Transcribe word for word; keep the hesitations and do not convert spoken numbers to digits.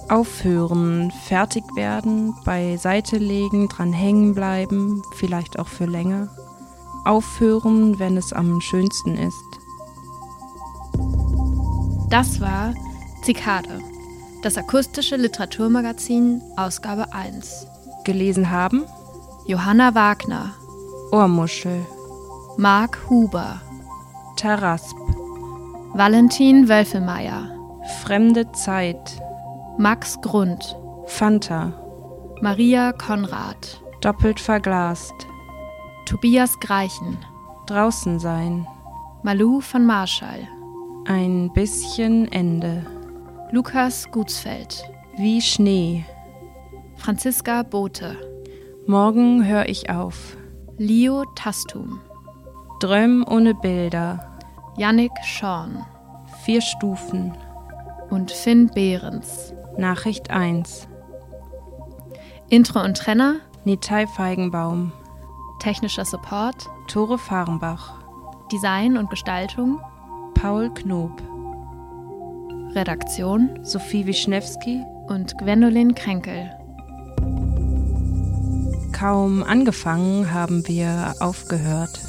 Aufhören, fertig werden, beiseite legen, dran hängen bleiben, vielleicht auch für länger. Aufhören, wenn es am schönsten ist. Das war Zikade, das akustische Literaturmagazin, Ausgabe eins. Gelesen haben Johanna Wagner, Ohrmuschel, Marc Huber, Tarasp, Valentin Wölfelmeier, Fremde Zeit, Max Grund, Fanta, Maria Konrad, Doppelt verglast, Tobias Greichen, Draußen sein, Malou von Marschall, Ein bisschen Ende, Lukas Gutsfeld, Wie Schnee, Franziska Bote, Morgen hör ich auf, Leo Tastum, Dröm ohne Bilder, Yannick Schorn, Vier Stufen, und Finn Behrens. Nachricht eins, Intro und Trenner, Nitai Feigenbaum, technischer Support, Tore Fahrenbach, Design und Gestaltung, Paul Knob, Redaktion Sophie Wischnewski und Gwendolin Kränkel. Kaum angefangen haben wir aufgehört.